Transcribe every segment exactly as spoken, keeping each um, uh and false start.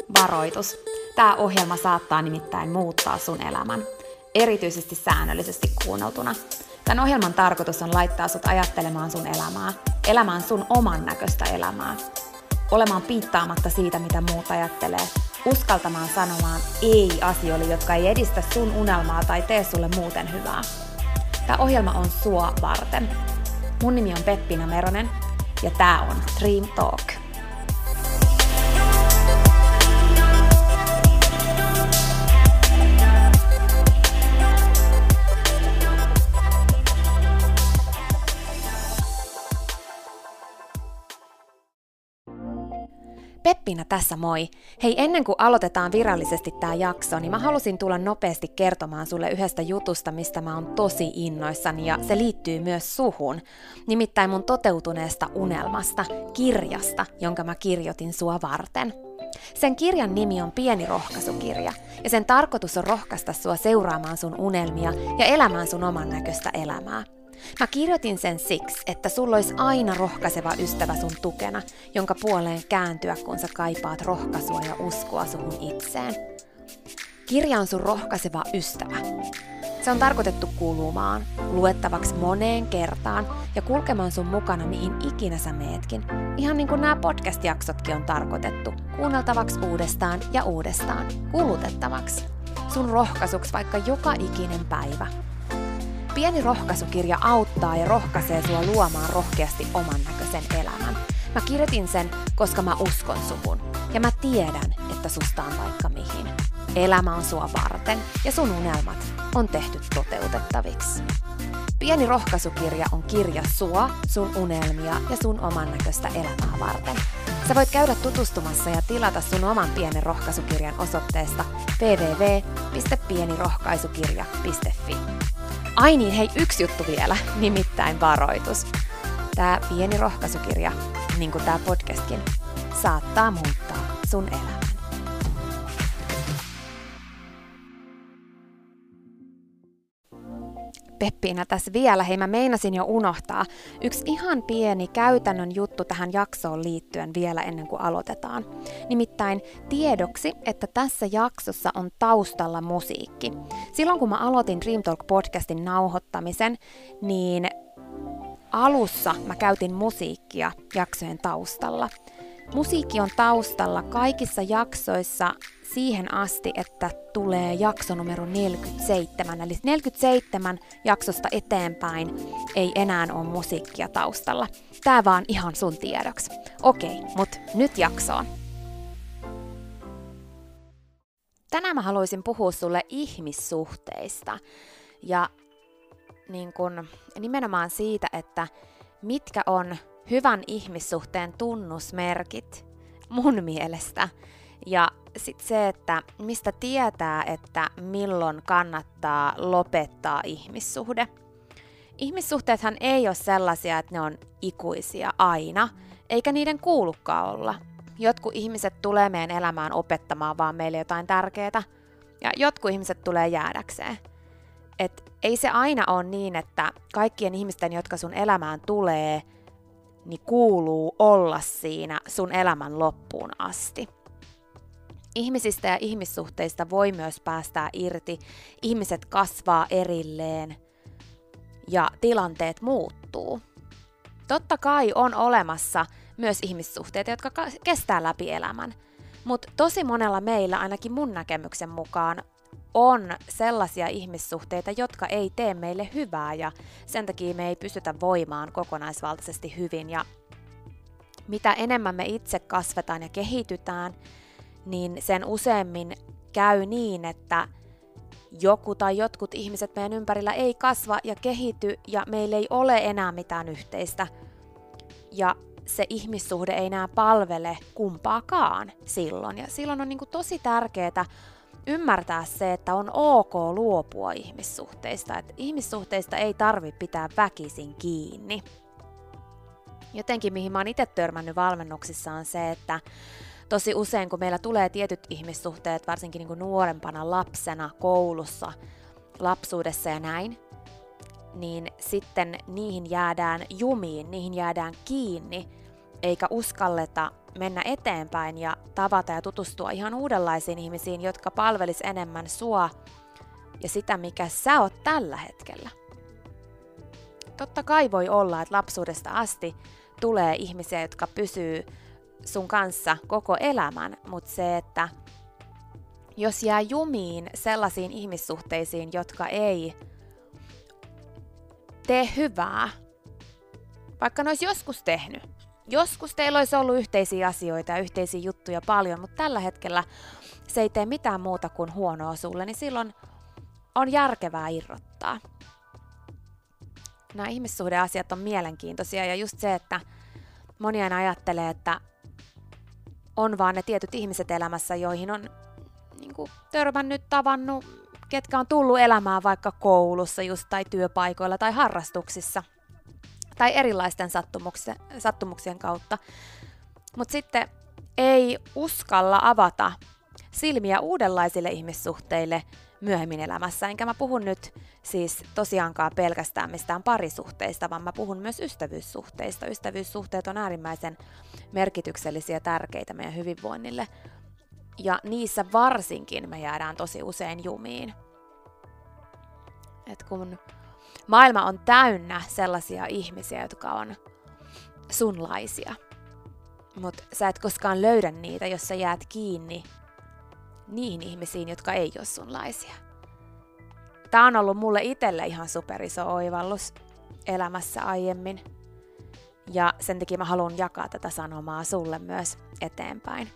Varoitus. Tämä ohjelma saattaa nimittäin muuttaa sun elämän, erityisesti säännöllisesti kuunneltuna. Tämän ohjelman tarkoitus on laittaa sut ajattelemaan sun elämää, elämään sun oman näköistä elämää, olemaan piittaamatta siitä, mitä muut ajattelee, uskaltamaan sanomaan ei asioille, jotka ei edistä sun unelmaa tai tee sulle muuten hyvää. Tämä ohjelma on sua varten. Mun nimi on Peppina Meronen ja tää on Dream Talk. Peppina tässä moi! Hei, ennen kuin aloitetaan virallisesti tää jakso, niin mä halusin tulla nopeasti kertomaan sulle yhdestä jutusta, mistä mä oon tosi innoissani, ja se liittyy myös suhun. Nimittäin mun toteutuneesta unelmasta, kirjasta, jonka mä kirjoitin sua varten. Sen kirjan nimi on Pieni rohkaisukirja, ja sen tarkoitus on rohkaista sua seuraamaan sun unelmia ja elämään sun oman näköistä elämää. Mä kirjoitin sen siksi, että sulla olisi aina rohkaiseva ystävä sun tukena, jonka puoleen kääntyä, kun sä kaipaat rohkaisua ja uskoa suhun itseen. Kirja on sun rohkaiseva ystävä. Se on tarkoitettu kuulumaan, luettavaksi moneen kertaan ja kulkemaan sun mukana mihin ikinä sä meetkin. Ihan niin kuin nämä podcast-jaksotkin on tarkoitettu, kuunneltavaksi uudestaan ja uudestaan, kulutettavaksi. Sun rohkaisuksi vaikka joka ikinen päivä. Pieni rohkaisukirja auttaa ja rohkaisee sua luomaan rohkeasti oman näköisen elämän. Mä kirjoitin sen, koska mä uskon suhun. Ja mä tiedän, että susta on vaikka mihin. Elämä on sua varten ja sun unelmat on tehty toteutettaviksi. Pieni rohkaisukirja on kirja sua, sun unelmia ja sun oman näköistä elämää varten. Sä voit käydä tutustumassa ja tilata sun oman pienen rohkaisukirjan osoitteesta double-u double-u double-u piste pienirohkaisukirja piste fi. Ai niin, hei, yksi juttu vielä, nimittäin varoitus. Tää pieni rohkaisukirja, niin kuin tää podcastkin, saattaa muuttaa sun elämän. Peppiina tässä vielä, hei mä meinasin jo unohtaa. Yksi ihan pieni käytännön juttu tähän jaksoon liittyen vielä ennen kuin aloitetaan. Nimittäin tiedoksi, että tässä jaksossa on taustalla musiikki. Silloin kun mä aloitin Dream Talk-podcastin nauhoittamisen, niin alussa mä käytin musiikkia jaksojen taustalla. Musiikki on taustalla kaikissa jaksoissa siihen asti, että tulee jakso numero neljäkymmentäseitsemän. Eli neljäkymmentäseitsemän jaksosta eteenpäin ei enää ole musiikkia taustalla. Tää vaan ihan sun tiedoksi. Okei, mut nyt jaksoon. Tänään mä haluaisin puhua sulle ihmissuhteista. Ja niin kun, nimenomaan siitä, että mitkä on hyvän ihmissuhteen tunnusmerkit mun mielestä. Ja sitten se, että mistä tietää, että milloin kannattaa lopettaa ihmissuhde. Ihmissuhteethan ei ole sellaisia, että ne on ikuisia aina, eikä niiden kuulukaan olla. Jotkut ihmiset tulee meidän elämään opettamaan vaan meille jotain tärkeää, ja jotkut ihmiset tulee jäädäkseen. Et ei se aina ole niin, että kaikkien ihmisten, jotka sun elämään tulee, niin kuuluu olla siinä sun elämän loppuun asti. Ihmisistä ja ihmissuhteista voi myös päästää irti, ihmiset kasvaa erilleen ja tilanteet muuttuu. Totta kai on olemassa myös ihmissuhteita, jotka kestää läpi elämän, mutta tosi monella meillä, ainakin mun näkemyksen mukaan, on sellaisia ihmissuhteita, jotka ei tee meille hyvää ja sen takia me ei pystytä voimaan kokonaisvaltaisesti hyvin. Ja mitä enemmän me itse kasvetaan ja kehitytään, niin sen useammin käy niin, että joku tai jotkut ihmiset meidän ympärillä ei kasva ja kehity ja meillä ei ole enää mitään yhteistä. Ja se ihmissuhde ei enää palvele kumpaakaan silloin. Ja silloin on niin kuin tosi tärkeää ymmärtää se, että on ok luopua ihmissuhteista. Että ihmissuhteista ei tarvitse pitää väkisin kiinni. Jotenkin mihin mä oon itse törmännyt valmennuksissa on se, että tosi usein, kun meillä tulee tietyt ihmissuhteet, varsinkin niin kuin nuorempana lapsena, koulussa, lapsuudessa ja näin, niin sitten niihin jäädään jumiin, niihin jäädään kiinni, eikä uskalleta mennä eteenpäin ja tavata ja tutustua ihan uudenlaisiin ihmisiin, jotka palvelis enemmän sua ja sitä, mikä sä oot tällä hetkellä. Totta kai voi olla, että lapsuudesta asti tulee ihmisiä, jotka pysyy sun kanssa koko elämän, mutta se, että jos jää jumiin sellaisiin ihmissuhteisiin, jotka ei tee hyvää, vaikka ne olisi joskus tehnyt. Joskus teillä olisi ollut yhteisiä asioita ja yhteisiä juttuja paljon, mutta tällä hetkellä se ei tee mitään muuta kuin huonoa sulle, niin silloin on järkevää irrottaa. Nämä ihmissuhdeasiat on mielenkiintoisia ja just se, että moni aina ajattelee, että on vaan ne tietyt ihmiset elämässä, joihin on niin kuin törmännyt, tavannut, ketkä on tullut elämään vaikka koulussa just tai työpaikoilla tai harrastuksissa tai erilaisten sattumuksien, sattumuksien kautta. Mutta sitten ei uskalla avata silmiä uudenlaisille ihmissuhteille myöhemmin elämässä. Enkä mä puhun nyt siis tosiaankaan pelkästään mistään parisuhteista, vaan mä puhun myös ystävyyssuhteista. Ystävyyssuhteet on äärimmäisen merkityksellisiä ja tärkeitä meidän hyvinvoinnille. Ja niissä varsinkin me jäädään tosi usein jumiin. Et kun maailma on täynnä sellaisia ihmisiä, jotka on sunlaisia, mutta sä et koskaan löydä niitä, jos sä jäät kiinni niihin ihmisiin, jotka ei ole sunlaisia. Tää on ollut mulle itselle ihan superiso oivallus elämässä aiemmin. Ja sen takia mä haluan jakaa tätä sanomaa sulle myös eteenpäin.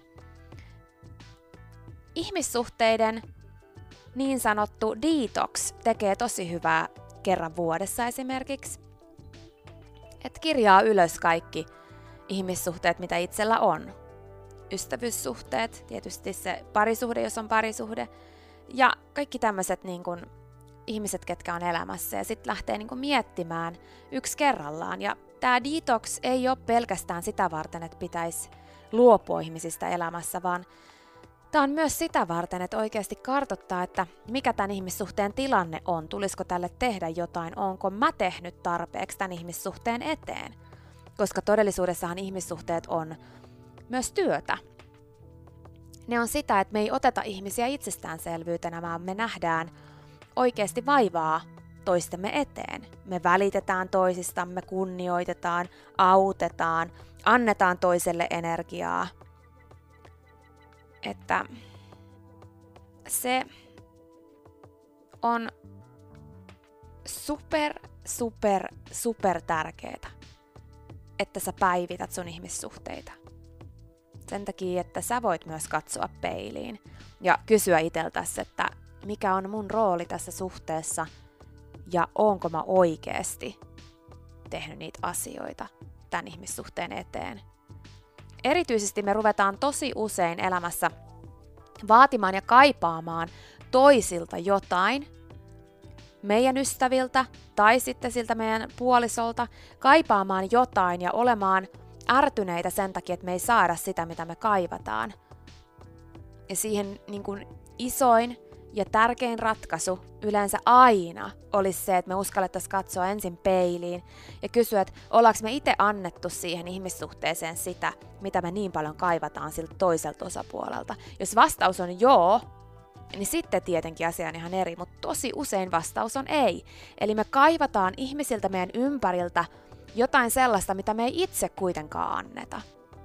Ihmissuhteiden niin sanottu detox tekee tosi hyvää kerran vuodessa esimerkiksi. Et kirjaa ylös kaikki ihmissuhteet, mitä itsellä on. Ystävyyssuhteet, tietysti se parisuhde, jos on parisuhde. Ja kaikki tämmöiset niin kun ihmiset, ketkä on elämässä. Ja sitten lähtee niin kun miettimään yksi kerrallaan. Ja tämä detox ei ole pelkästään sitä varten, että pitäisi luopua ihmisistä elämässä, vaan tämä on myös sitä varten, että oikeasti kartoittaa, että mikä tämän ihmissuhteen tilanne on, tulisiko tälle tehdä jotain, onko mä tehnyt tarpeeksi tämän ihmissuhteen eteen. Koska todellisuudessahan ihmissuhteet on myös työtä. Ne on sitä, että me ei oteta ihmisiä itsestäänselvyytenä, vaan me nähdään oikeasti vaivaa toistemme eteen. Me välitetään toisistamme, kunnioitetaan, autetaan, annetaan toiselle energiaa. Että se on super, super, super tärkeetä, että sä päivität sun ihmissuhteita. Sen takia, että sä voit myös katsoa peiliin ja kysyä itseltäsi, että mikä on mun rooli tässä suhteessa ja onko mä oikeasti tehnyt niitä asioita tämän ihmissuhteen eteen. Erityisesti me ruvetaan tosi usein elämässä vaatimaan ja kaipaamaan toisilta jotain, meidän ystäviltä tai sitten siltä meidän puolisolta, kaipaamaan jotain ja olemaan ärtyneitä sen takia, että me ei saada sitä, mitä me kaivataan. Ja siihen niin kuin isoin ja tärkein ratkaisu yleensä aina olisi se, että me uskallettaisiin katsoa ensin peiliin ja kysyä, että ollaanko me itse annettu siihen ihmissuhteeseen sitä, mitä me niin paljon kaivataan siltä toiselta osapuolelta. Jos vastaus on joo, niin sitten tietenkin asia on ihan eri, mutta tosi usein vastaus on ei. Eli me kaivataan ihmisiltä meidän ympäriltä jotain sellaista, mitä me ei itse kuitenkaan anneta.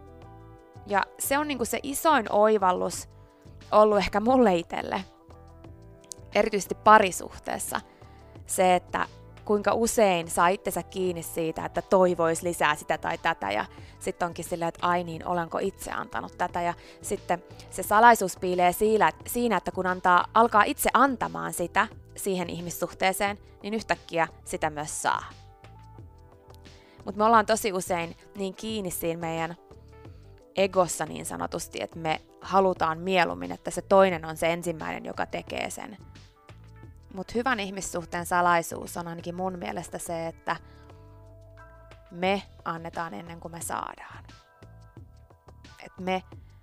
Ja se on niinku se isoin oivallus ollut ehkä mulle itselle, erityisesti parisuhteessa, se, että kuinka usein saa itsensä kiinni siitä, että toivoisi lisää sitä tai tätä, ja sitten onkin silleen, että ai niin, olenko itse antanut tätä, ja sitten se salaisuus piilee siinä, että kun antaa, alkaa itse antamaan sitä siihen ihmissuhteeseen, niin yhtäkkiä sitä myös saa. Mutta me ollaan tosi usein niin kiinni siinä meidän egossa niin sanotusti, että me halutaan mieluummin, että se toinen on se ensimmäinen, joka tekee sen. Mutta hyvän ihmissuhteen salaisuus on ainakin mun mielestä se, että me annetaan ennen kuin me saadaan. Että me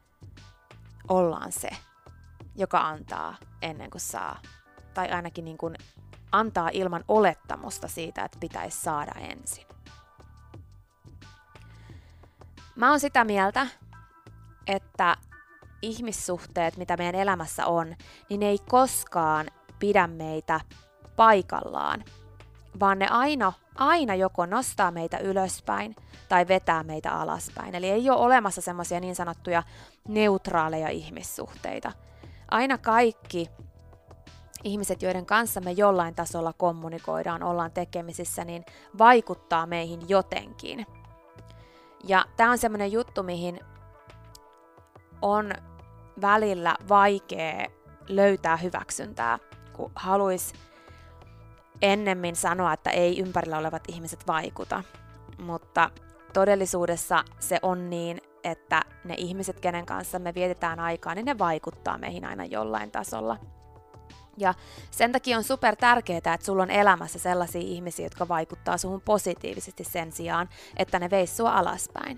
ollaan se, joka antaa ennen kuin saa. Tai ainakin niin kuin antaa ilman olettamusta siitä, että pitäisi saada ensin. Mä oon sitä mieltä, että ihmissuhteet, mitä meidän elämässä on, niin ne ei koskaan pidä meitä paikallaan, vaan ne aina, aina joko nostaa meitä ylöspäin tai vetää meitä alaspäin. Eli ei ole olemassa semmoisia niin sanottuja neutraaleja ihmissuhteita. Aina kaikki ihmiset, joiden kanssa me jollain tasolla kommunikoidaan, ollaan tekemisissä, niin vaikuttaa meihin jotenkin. Ja tämä on semmoinen juttu, mihin on välillä vaikea löytää hyväksyntää, kun haluaisi ennemmin sanoa, että ei ympärillä olevat ihmiset vaikuta. Mutta todellisuudessa se on niin, että ne ihmiset, kenen kanssa me vietetään aikaa, niin ne vaikuttaa meihin aina jollain tasolla. Ja sen takia on super tärkeää, että sulla on elämässä sellaisia ihmisiä, jotka vaikuttaa suhun positiivisesti sen sijaan, että ne veis sua alaspäin.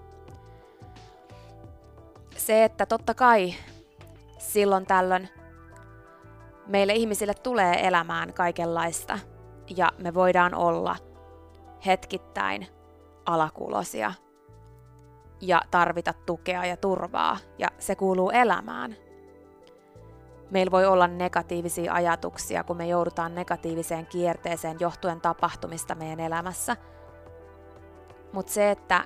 Se, että totta kai silloin tällöin meille ihmisille tulee elämään kaikenlaista ja me voidaan olla hetkittäin alakulosia ja tarvita tukea ja turvaa ja se kuuluu elämään. Meillä voi olla negatiivisia ajatuksia, kun me joudutaan negatiiviseen kierteeseen johtuen tapahtumista meidän elämässä. Mutta se, että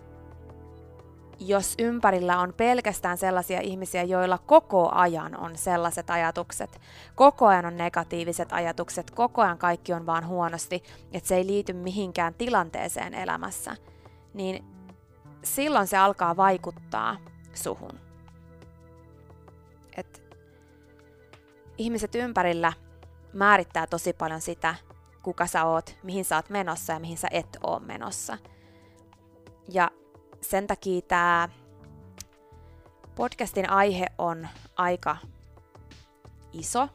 jos ympärillä on pelkästään sellaisia ihmisiä, joilla koko ajan on sellaiset ajatukset, koko ajan on negatiiviset ajatukset, koko ajan kaikki on vaan huonosti, että se ei liity mihinkään tilanteeseen elämässä, niin silloin se alkaa vaikuttaa suhun. Et ihmiset ympärillä määrittää tosi paljon sitä, kuka sä oot, mihin sä oot menossa ja mihin sä et oo menossa. Ja sen takia tämä podcastin aihe on aika iso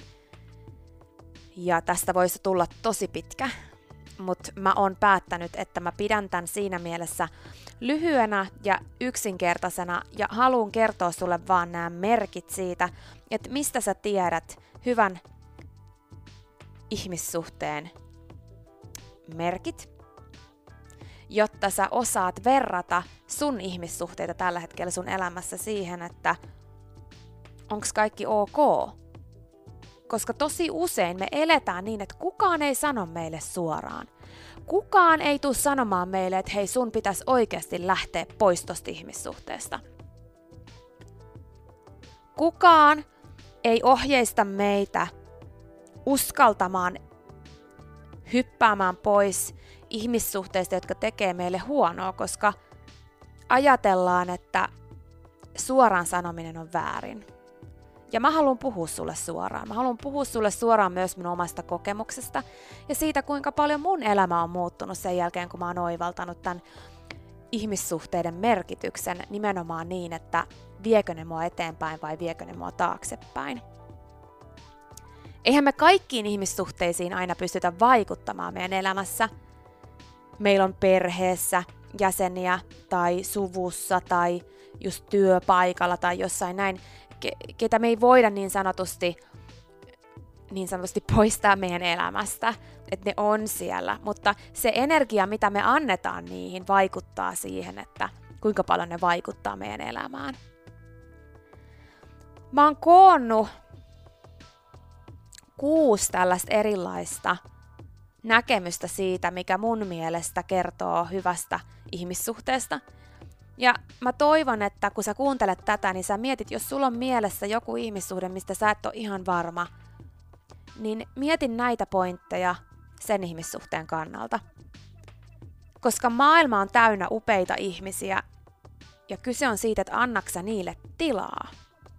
ja tästä voisi tulla tosi pitkä, mutta mä oon päättänyt, että mä pidän tämän siinä mielessä lyhyenä ja yksinkertaisena ja haluan kertoa sulle vaan nämä merkit siitä, että mistä sä tiedät hyvän ihmissuhteen merkit, jotta sä osaat verrata sun ihmissuhteita tällä hetkellä sun elämässä siihen, että onko kaikki ok. Koska tosi usein me eletään niin, että kukaan ei sano meille suoraan. Kukaan ei tule sanomaan meille, että hei, sun pitäisi oikeasti lähteä pois tosta ihmissuhteesta. Kukaan ei ohjeista meitä uskaltamaan hyppäämään pois ihmissuhteista, jotka tekee meille huonoa, koska ajatellaan, että suoraan sanominen on väärin. Ja mä haluan puhua sulle suoraan. Mä haluan puhua sulle suoraan myös minun omasta kokemuksesta ja siitä, kuinka paljon mun elämä on muuttunut sen jälkeen, kun mä oon oivaltanut tämän ihmissuhteiden merkityksen nimenomaan niin, että viekö ne mua eteenpäin vai viekö ne mua taaksepäin. Eihän me kaikkiin ihmissuhteisiin aina pystytä vaikuttamaan meidän elämässä. Meillä on perheessä jäseniä tai suvussa tai just työpaikalla tai jossain näin, ketä me ei voida niin sanotusti, niin sanotusti poistaa meidän elämästä, että ne on siellä. Mutta se energia, mitä me annetaan niihin, vaikuttaa siihen, että kuinka paljon ne vaikuttaa meidän elämään. Mä oon koonnut kuusi tällaista erilaista näkemystä siitä, mikä mun mielestä kertoo hyvästä ihmissuhteesta. Ja mä toivon, että kun sä kuuntelet tätä, niin sä mietit, jos sulla on mielessä joku ihmissuhde, mistä sä et ole ihan varma, niin mietin näitä pointteja sen ihmissuhteen kannalta. Koska maailma on täynnä upeita ihmisiä, ja kyse on siitä, että annaks sä niille tilaa.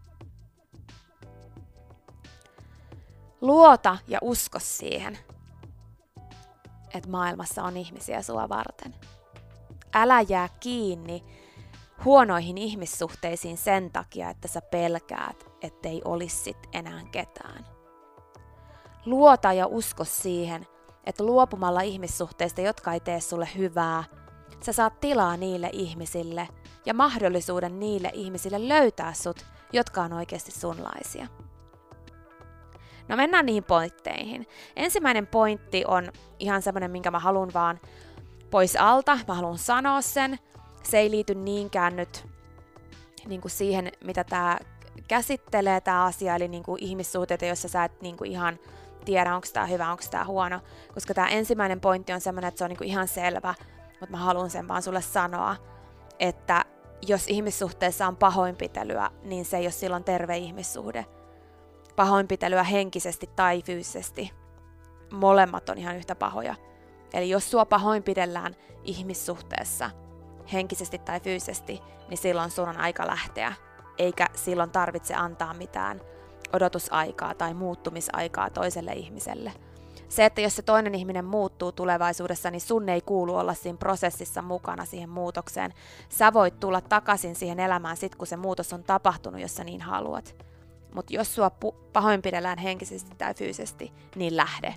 Luota ja usko siihen, että maailmassa on ihmisiä sua varten. Älä jää kiinni huonoihin ihmissuhteisiin sen takia, että sä pelkäät, ettei olisi sit enää ketään. Luota ja usko siihen, että luopumalla ihmissuhteista, jotka ei tee sulle hyvää, sä saat tilaa niille ihmisille ja mahdollisuuden niille ihmisille löytää sut, jotka on oikeasti sunlaisia. No mennään niihin pointteihin. Ensimmäinen pointti on ihan semmoinen, minkä mä haluan vaan pois alta. Mä haluan sanoa sen. Se ei liity niinkään nyt niin kuin siihen, mitä tämä käsittelee tämä asia, eli niin kuin ihmissuhteita, joissa sä et niin kuin ihan tiedä, onko tämä hyvä, onko tämä huono, koska tämä ensimmäinen pointti on semmoinen, että se on niin kuin ihan selvä, mutta mä haluan sen vaan sulle sanoa, että jos ihmissuhteessa on pahoinpitelyä, niin se ei ole silloin terve ihmissuhde. Pahoinpitelyä henkisesti tai fyysisesti. Molemmat on ihan yhtä pahoja. Eli jos sua pahoinpidellään ihmissuhteessa, henkisesti tai fyysisesti, niin silloin sun on aika lähteä. Eikä silloin tarvitse antaa mitään odotusaikaa tai muuttumisaikaa toiselle ihmiselle. Se, että jos se toinen ihminen muuttuu tulevaisuudessa, niin sun ei kuulu olla siinä prosessissa mukana siihen muutokseen. Sä voit tulla takaisin siihen elämään sit, kun se muutos on tapahtunut, jos sä niin haluat. Mutta jos sua pu- pahoinpidellään henkisesti tai fyysisesti, niin lähde.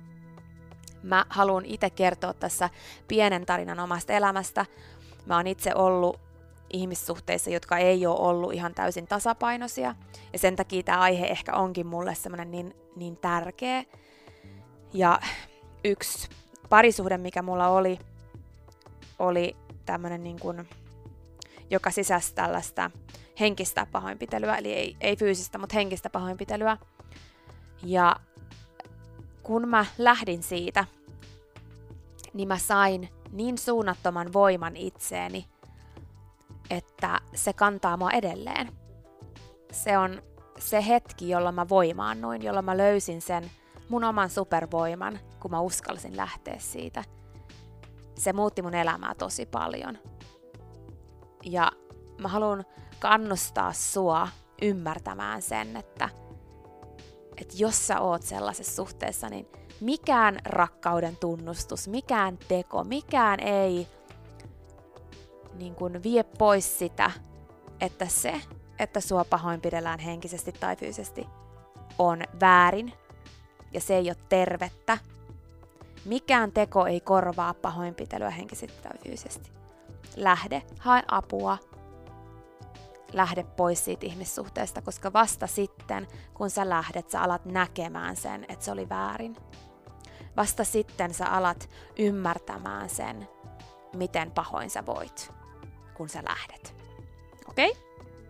Mä haluan itse kertoa tässä pienen tarinan omasta elämästä. Mä oon itse ollut ihmissuhteissa, jotka ei ole ollut ihan täysin tasapainoisia. Ja sen takia tämä aihe ehkä onkin mulle semmoinen niin, niin tärkeä. Ja yksi parisuhde, mikä mulla oli, oli tämmöinen niin kuin, joka sisälsi tällaista henkistä pahoinpitelyä, eli ei, ei fyysistä, mutta henkistä pahoinpitelyä. Ja kun mä lähdin siitä, niin mä sain niin suunnattoman voiman itseeni, että se kantaa mua edelleen. Se on se hetki, jolloin mä voimaannuin, jolloin mä löysin sen mun oman supervoiman, kun mä uskalsin lähteä siitä. Se muutti mun elämää tosi paljon. Ja mä haluan kannustaa sua ymmärtämään sen, että, että jos sä oot sellaisessa suhteessa, niin mikään rakkauden tunnustus, mikään teko, mikään ei niin kuin vie pois sitä, että se, että sua pahoinpidellään henkisesti tai fyysisesti, on väärin ja se ei ole tervettä. Mikään teko ei korvaa pahoinpitelyä henkisesti tai fyysisesti. Lähde, hae apua, lähde pois siitä ihmissuhteesta, koska vasta sitten, kun sä lähdet, sä alat näkemään sen, että se oli väärin. Vasta sitten sä alat ymmärtämään sen, miten pahoin sä voit, kun sä lähdet. Okei? Okay?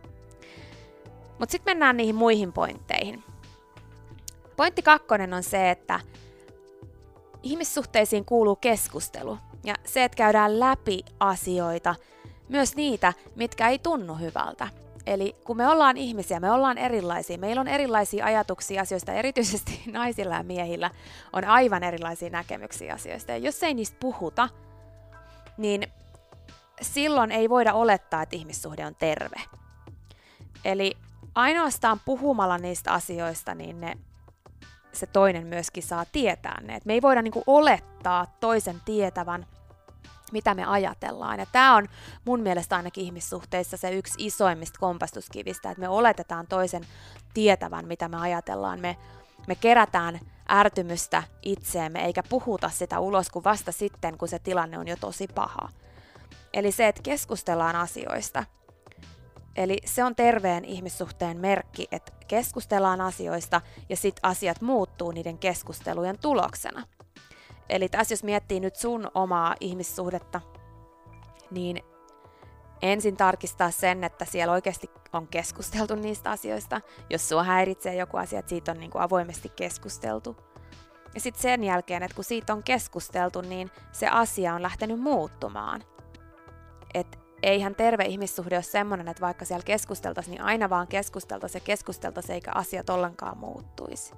Mutta sitten mennään niihin muihin pointteihin. Pointti kakkonen on se, että ihmissuhteisiin kuuluu keskustelu. Ja se, että käydään läpi asioita, myös niitä, mitkä ei tunnu hyvältä. Eli kun me ollaan ihmisiä, me ollaan erilaisia, meillä on erilaisia ajatuksia asioista, erityisesti naisilla ja miehillä on aivan erilaisia näkemyksiä asioista. Ja jos ei niistä puhuta, niin silloin ei voida olettaa, että ihmissuhde on terve. Eli ainoastaan puhumalla niistä asioista, niin ne, se toinen myöskin saa tietää ne. Et me ei voida niinku olettaa toisen tietävän, mitä me ajatellaan. Ja tämä on mun mielestä ainakin ihmissuhteissa se yksi isoimmista kompastuskivistä, että me oletetaan toisen tietävän, mitä me ajatellaan. Me, me kerätään ärtymystä itseemme, eikä puhuta sitä ulos kuin vasta sitten, kun se tilanne on jo tosi paha. Eli se, että keskustellaan asioista. Eli se on terveen ihmissuhteen merkki, että keskustellaan asioista ja sitten asiat muuttuu niiden keskustelujen tuloksena. Eli tässä jos miettii nyt sun omaa ihmissuhdetta, niin ensin tarkistaa sen, että siellä oikeasti on keskusteltu niistä asioista. Jos sua häiritsee joku asia, että siitä on niin kuin avoimesti keskusteltu. Ja sitten sen jälkeen, että kun siitä on keskusteltu, niin se asia on lähtenyt muuttumaan. Et eihän terve ihmissuhde ole semmoinen, että vaikka siellä keskusteltaisiin, niin aina vaan keskusteltaisiin ja keskusteltaisiin, eikä asiat ollenkaan muuttuisi.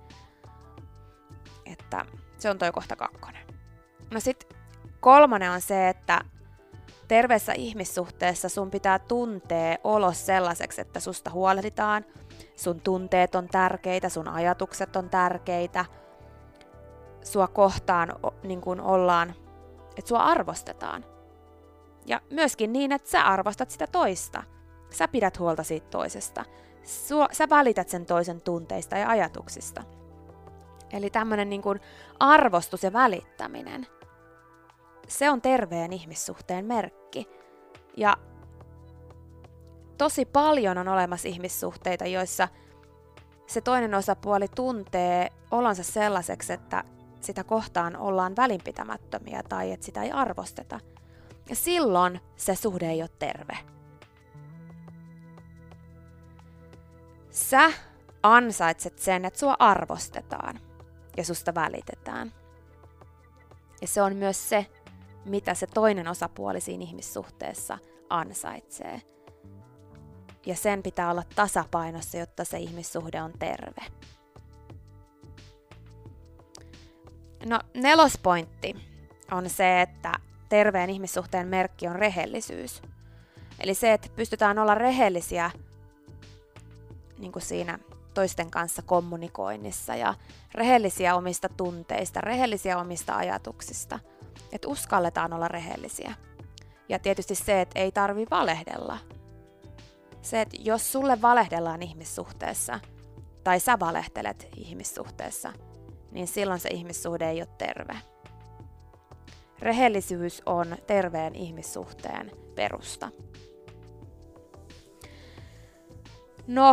Että se on toi kohta kakkonen. No sit kolmonen on se, että terveessä ihmissuhteessa sun pitää tuntea olo sellaiseksi, että susta huolehditaan, sun tunteet on tärkeitä, sun ajatukset on tärkeitä, sua kohtaan niin kuin ollaan, että sua arvostetaan. Ja myöskin niin, että sä arvostat sitä toista. Sä pidät huolta siitä toisesta. Sua, sä välität sen toisen tunteista ja ajatuksista. Eli tämmöinen niin kuin arvostus ja välittäminen, se on terveen ihmissuhteen merkki. Ja tosi paljon on olemassa ihmissuhteita, joissa se toinen osapuoli tuntee olonsa sellaiseksi, että sitä kohtaan ollaan välinpitämättömiä tai että sitä ei arvosteta. Ja silloin se suhde ei ole terve. Sä ansaitset sen, että sua arvostetaan ja susta välitetään. Ja se on myös se, mitä se toinen osapuoli siinä ihmissuhteessa ansaitsee. Ja sen pitää olla tasapainossa, jotta se ihmissuhde on terve. No, nelospointti on se, että terveen ihmissuhteen merkki on rehellisyys. Eli se, että pystytään olla rehellisiä niin kuin siinä toisten kanssa kommunikoinnissa ja rehellisiä omista tunteista, rehellisiä omista ajatuksista. Että uskalletaan olla rehellisiä. Ja tietysti se, että ei tarvi valehdella. Se, että jos sulle valehdellaan ihmissuhteessa, tai sä valehtelet ihmissuhteessa, niin silloin se ihmissuhde ei ole terve. Rehellisyys on terveen ihmissuhteen perusta. No,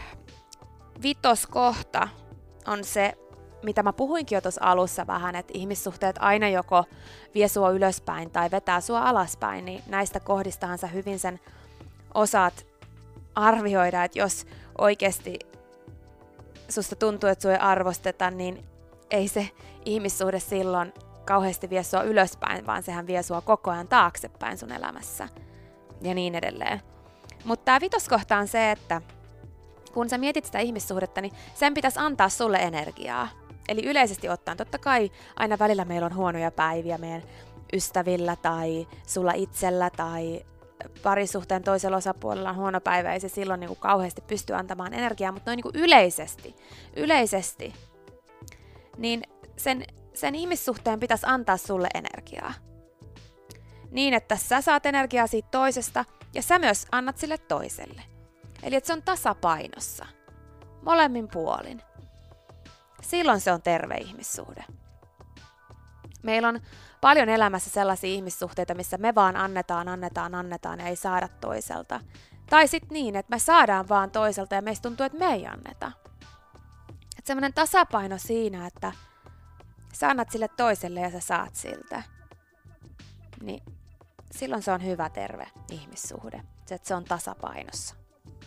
vitoskohta on se, mitä mä puhuinkin jo tuossa alussa vähän, että ihmissuhteet aina joko vie sua ylöspäin tai vetää sua alaspäin, niin näistä kohdistahan sä hyvin sen osaat arvioida, että jos oikeasti susta tuntuu, että sua ei arvosteta, niin ei se ihmissuhde silloin kauheasti vie sua ylöspäin, vaan sehän vie sua koko ajan taaksepäin sun elämässä ja niin edelleen. Mutta tää vitoskohta on se, että kun sä mietit sitä ihmissuhdetta, niin sen pitäisi antaa sulle energiaa. Eli yleisesti ottaen, totta kai aina välillä meillä on huonoja päiviä meidän ystävillä tai sulla itsellä tai parisuhteen toisella osapuolella on huono päivä, ei se silloin niin kuin kauheasti pysty antamaan energiaa, mutta noin niin kuin yleisesti, yleisesti, niin sen, sen ihmissuhteen pitäisi antaa sulle energiaa. Niin, että sä saat energiaa siitä toisesta ja sä myös annat sille toiselle. Eli että se on tasapainossa, molemmin puolin. Silloin se on terve ihmissuhde. Meillä on paljon elämässä sellaisia ihmissuhteita, missä me vaan annetaan, annetaan, annetaan ja ei saada toiselta. Tai sitten niin, että me saadaan vaan toiselta ja meistä tuntuu, että me ei anneta. Että semmoinen tasapaino siinä, että sä annat sille toiselle ja sä saat siltä. Niin silloin se on hyvä, terve ihmissuhde. Se, että se on tasapainossa.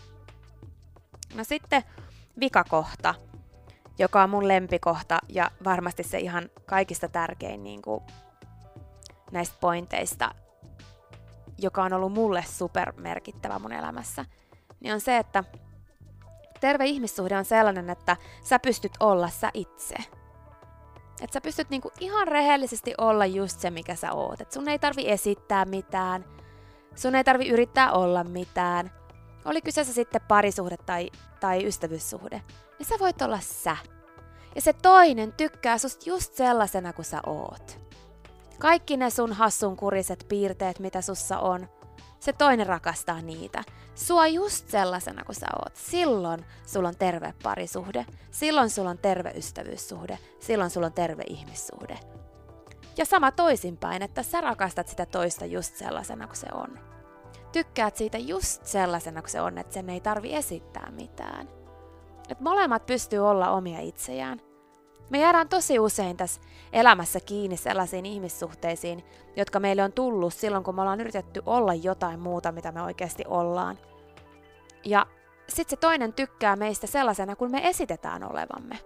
No sitten vikakohta, joka on mun lempikohta ja varmasti se ihan kaikista tärkein niin kuin näistä pointeista, joka on ollut mulle supermerkittävä mun elämässä, niin on se, että terve ihmissuhde on sellainen, että sä pystyt olla sä itse. Että sä pystyt niinku ihan rehellisesti olla just se, mikä sä oot. Et sun ei tarvi esittää mitään, sun ei tarvi yrittää olla mitään. Oli kyseessä sitten parisuhde tai, tai ystävyyssuhde, niin sä voit olla sä. Ja se toinen tykkää susta just sellaisena kuin sä oot. Kaikki ne sun hassunkuriset piirteet, mitä sussa on, se toinen rakastaa niitä. Sua just sellaisena kuin sä oot. Silloin sulla on terve parisuhde, silloin sulla on terve ystävyyssuhde, silloin sulla on terve ihmissuhde. Ja sama toisinpäin, että sä rakastat sitä toista just sellaisena kuin se on. Tykkäät siitä just sellaisena kuin se on, että sen ei tarvi esittää mitään. Et molemmat pystyy olla omia itsejään. Me jäädään tosi usein tässä elämässä kiinni sellaisiin ihmissuhteisiin, jotka meille on tullut silloin, kun me ollaan yritetty olla jotain muuta, mitä me oikeasti ollaan. Ja sitten se toinen tykkää meistä sellaisena, kuin me esitetään olevamme.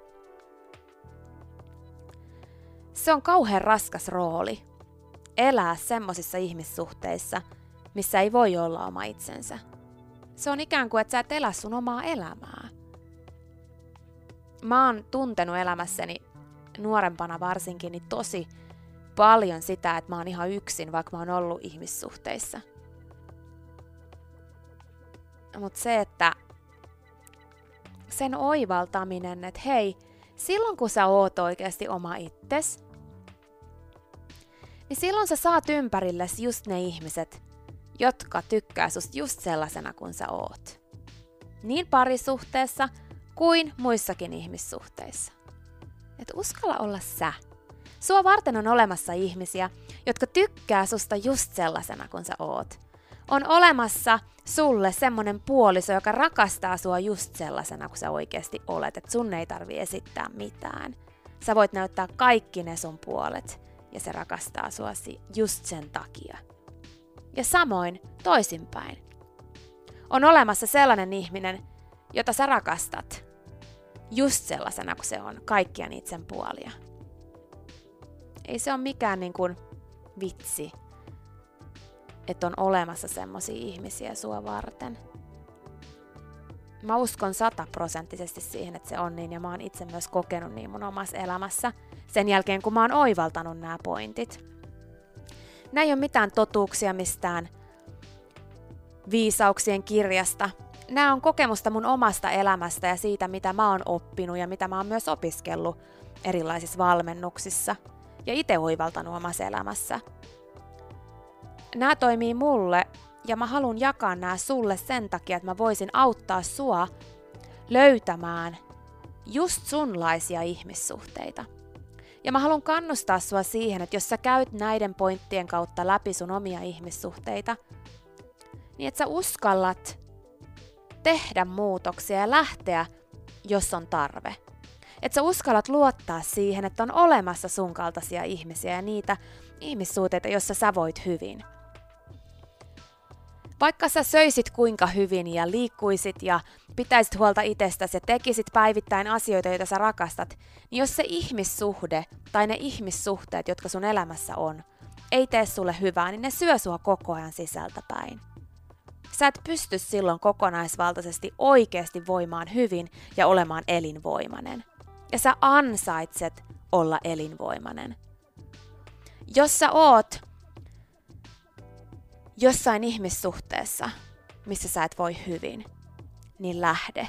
Se on kauhean raskas rooli elää semmosissa ihmissuhteissa, missä ei voi olla oma itsensä. Se on ikään kuin, että sä et elä sun omaa elämää. Mä oon tuntenut elämässäni nuorempana varsinkin niin tosi paljon sitä, että mä oon ihan yksin, vaikka mä oon ollut ihmissuhteissa. Mutta se, että sen oivaltaminen, että hei, silloin kun sä oot oikeasti oma itses, niin silloin sä saat ympärillesi just ne ihmiset, jotka tykkää susta just sellaisena kuin sä oot. Niin parisuhteessa kuin muissakin ihmissuhteissa. Et uskalla olla sä. Sua varten on olemassa ihmisiä, jotka tykkää susta just sellaisena kuin sä oot. On olemassa sulle semmonen puoliso, joka rakastaa sua just sellaisena kuin sä oikeasti olet. Et sun ei tarvi esittää mitään. Sä voit näyttää kaikki ne sun puolet ja se rakastaa sua just sen takia. Ja samoin toisinpäin. On olemassa sellainen ihminen, jota sä rakastat, just sellaisena kuin se on, kaikkia niitä sen puolia. Ei se ole mikään niin kuin vitsi, että on olemassa semmosia ihmisiä sua varten. Mä uskon sataprosenttisesti siihen, että se on niin, ja mä oon itse myös kokenut niin mun omassa elämässä sen jälkeen, kun mä oon oivaltanut nämä pointit. Nää ei ole mitään totuuksia mistään viisauksien kirjasta. Nämä on kokemusta mun omasta elämästä ja siitä, mitä mä oon oppinut ja mitä mä oon myös opiskellut erilaisissa valmennuksissa ja itse oivaltanut omassa elämässä. Nämä toimii mulle ja mä haluan jakaa nämä sulle sen takia, että mä voisin auttaa sua löytämään just sunlaisia ihmissuhteita. Ja mä haluan kannustaa sua siihen, että jos sä käyt näiden pointtien kautta läpi sun omia ihmissuhteita, niin että sä uskallat tehdä muutoksia ja lähteä, jos on tarve. Että sä uskallat luottaa siihen, että on olemassa sun kaltaisia ihmisiä ja niitä ihmissuhteita, joissa sä voit hyvin. Vaikka sä söisit kuinka hyvin ja liikkuisit ja pitäisit huolta itsestäsi ja tekisit päivittäin asioita, joita sä rakastat, niin jos se ihmissuhde tai ne ihmissuhteet, jotka sun elämässä on, ei tee sulle hyvää, niin ne syö sua koko ajan sisältäpäin. Sä et pysty silloin kokonaisvaltaisesti oikeasti voimaan hyvin ja olemaan elinvoimainen. Ja sä ansaitset olla elinvoimainen. Jos sä oot jossain ihmissuhteessa, missä sä et voi hyvin, niin lähde.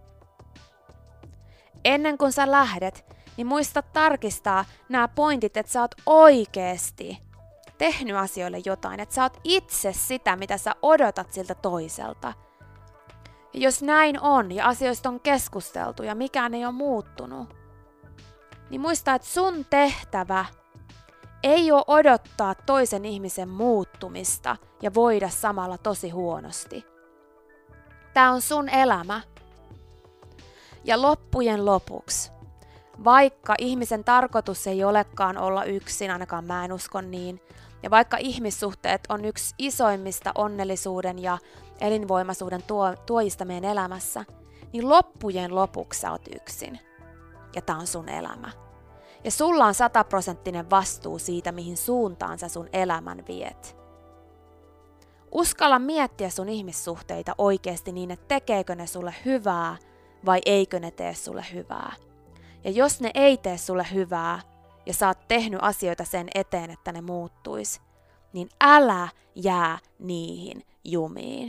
Ennen kuin sä lähdet, niin muista tarkistaa nämä pointit, että sä oot oikeesti tehnyt asioille jotain, että sä oot itse sitä, mitä sä odotat siltä toiselta. Ja jos näin on ja asioista on keskusteltu ja mikään ei ole muuttunut, niin muista, että sun tehtävä ei ole odottaa toisen ihmisen muuttumista ja voida samalla tosi huonosti. Tää on sun elämä. Ja loppujen lopuksi, vaikka ihmisen tarkoitus ei olekaan olla yksin, ainakaan mä en usko niin, ja vaikka ihmissuhteet on yksi isoimmista onnellisuuden ja elinvoimaisuuden tuo, tuojista meidän elämässä, niin loppujen lopuksi sä oot yksin. Ja tää on sun elämä. Ja sulla on sataprosenttinen vastuu siitä, mihin suuntaan sä sun elämän viet. Uskalla miettiä sun ihmissuhteita oikeasti niin, että tekeekö ne sulle hyvää vai eikö ne tee sulle hyvää. Ja jos ne ei tee sulle hyvää ja sä oot tehnyt asioita sen eteen, että ne muuttuis, niin älä jää niihin jumiin.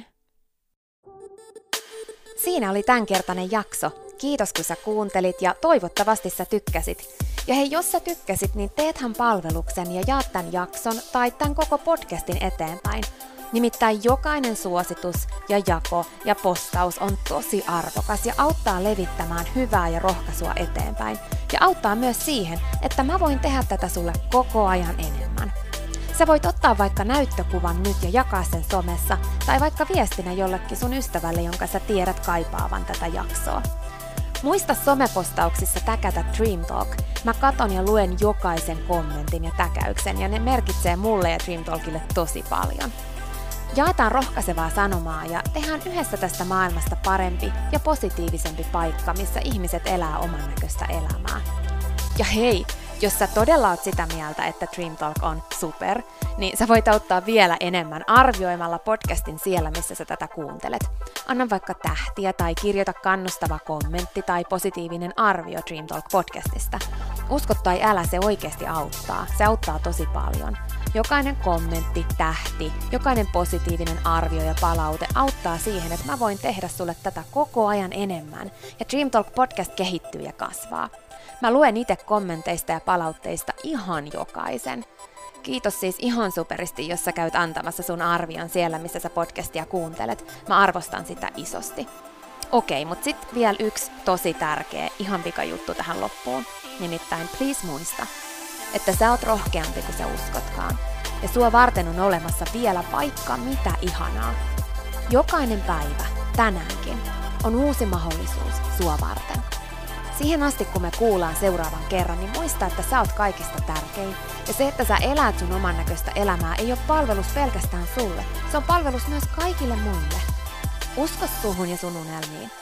Siinä oli tämänkertainen jakso. Kiitos kun sä kuuntelit ja toivottavasti sä tykkäsit. Ja hei, jos sä tykkäsit, niin teethän palveluksen ja jaat tämän jakson tai tämän koko podcastin eteenpäin. Nimittäin jokainen suositus ja jako ja postaus on tosi arvokas ja auttaa levittämään hyvää ja rohkaisua eteenpäin. Ja auttaa myös siihen, että mä voin tehdä tätä sulle koko ajan enemmän. Sä voit ottaa vaikka näyttökuvan nyt ja jakaa sen somessa, tai vaikka viestinä jollekin sun ystävälle, jonka sä tiedät kaipaavan tätä jaksoa. Muista somepostauksissa täkätä Dream Talk. Mä katon ja luen jokaisen kommentin ja täkäyksen, ja ne merkitsee mulle ja Dream Talkille tosi paljon. Jaetaan rohkaisevaa sanomaa ja tehdään yhdessä tästä maailmasta parempi ja positiivisempi paikka, missä ihmiset elää oman näköistä elämää. Ja hei, jos sä todella oot sitä mieltä, että Dream Talk on super, niin sä voit auttaa vielä enemmän arvioimalla podcastin siellä, missä sä tätä kuuntelet. Anna vaikka tähtiä tai kirjoita kannustava kommentti tai positiivinen arvio Dream Talk podcastista. Usko tai älä, se oikeasti auttaa. Se auttaa tosi paljon. Jokainen kommentti, tähti, jokainen positiivinen arvio ja palaute auttaa siihen, että mä voin tehdä sulle tätä koko ajan enemmän. Ja Dream Talk podcast kehittyy ja kasvaa. Mä luen itse kommenteista ja palautteista ihan jokaisen. Kiitos siis ihan superisti, jos sä käyt antamassa sun arvion siellä, missä sä podcastia kuuntelet. Mä arvostan sitä isosti. Okei, mut sit vielä yksi tosi tärkeä, ihan pikajuttu tähän loppuun. Nimittäin please muista, että sä oot rohkeampi kuin sä uskotkaan. Ja sua varten on olemassa vielä vaikka mitä ihanaa. Jokainen päivä, tänäänkin, on uusi mahdollisuus sua varten. Siihen asti, kun me kuullaan seuraavan kerran, niin muista, että sä oot kaikista tärkein. Ja se, että sä elät sun oman näköistä elämää, ei ole palvelus pelkästään sulle. Se on palvelus myös kaikille muille. Usko suhun ja sun unelmiin.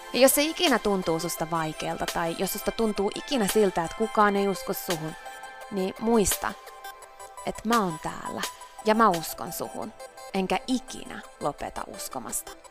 Ja jos se ikinä tuntuu susta vaikealta tai jos susta tuntuu ikinä siltä, että kukaan ei usko suhun, niin muista, että mä oon täällä ja mä uskon suhun, enkä ikinä lopeta uskomasta.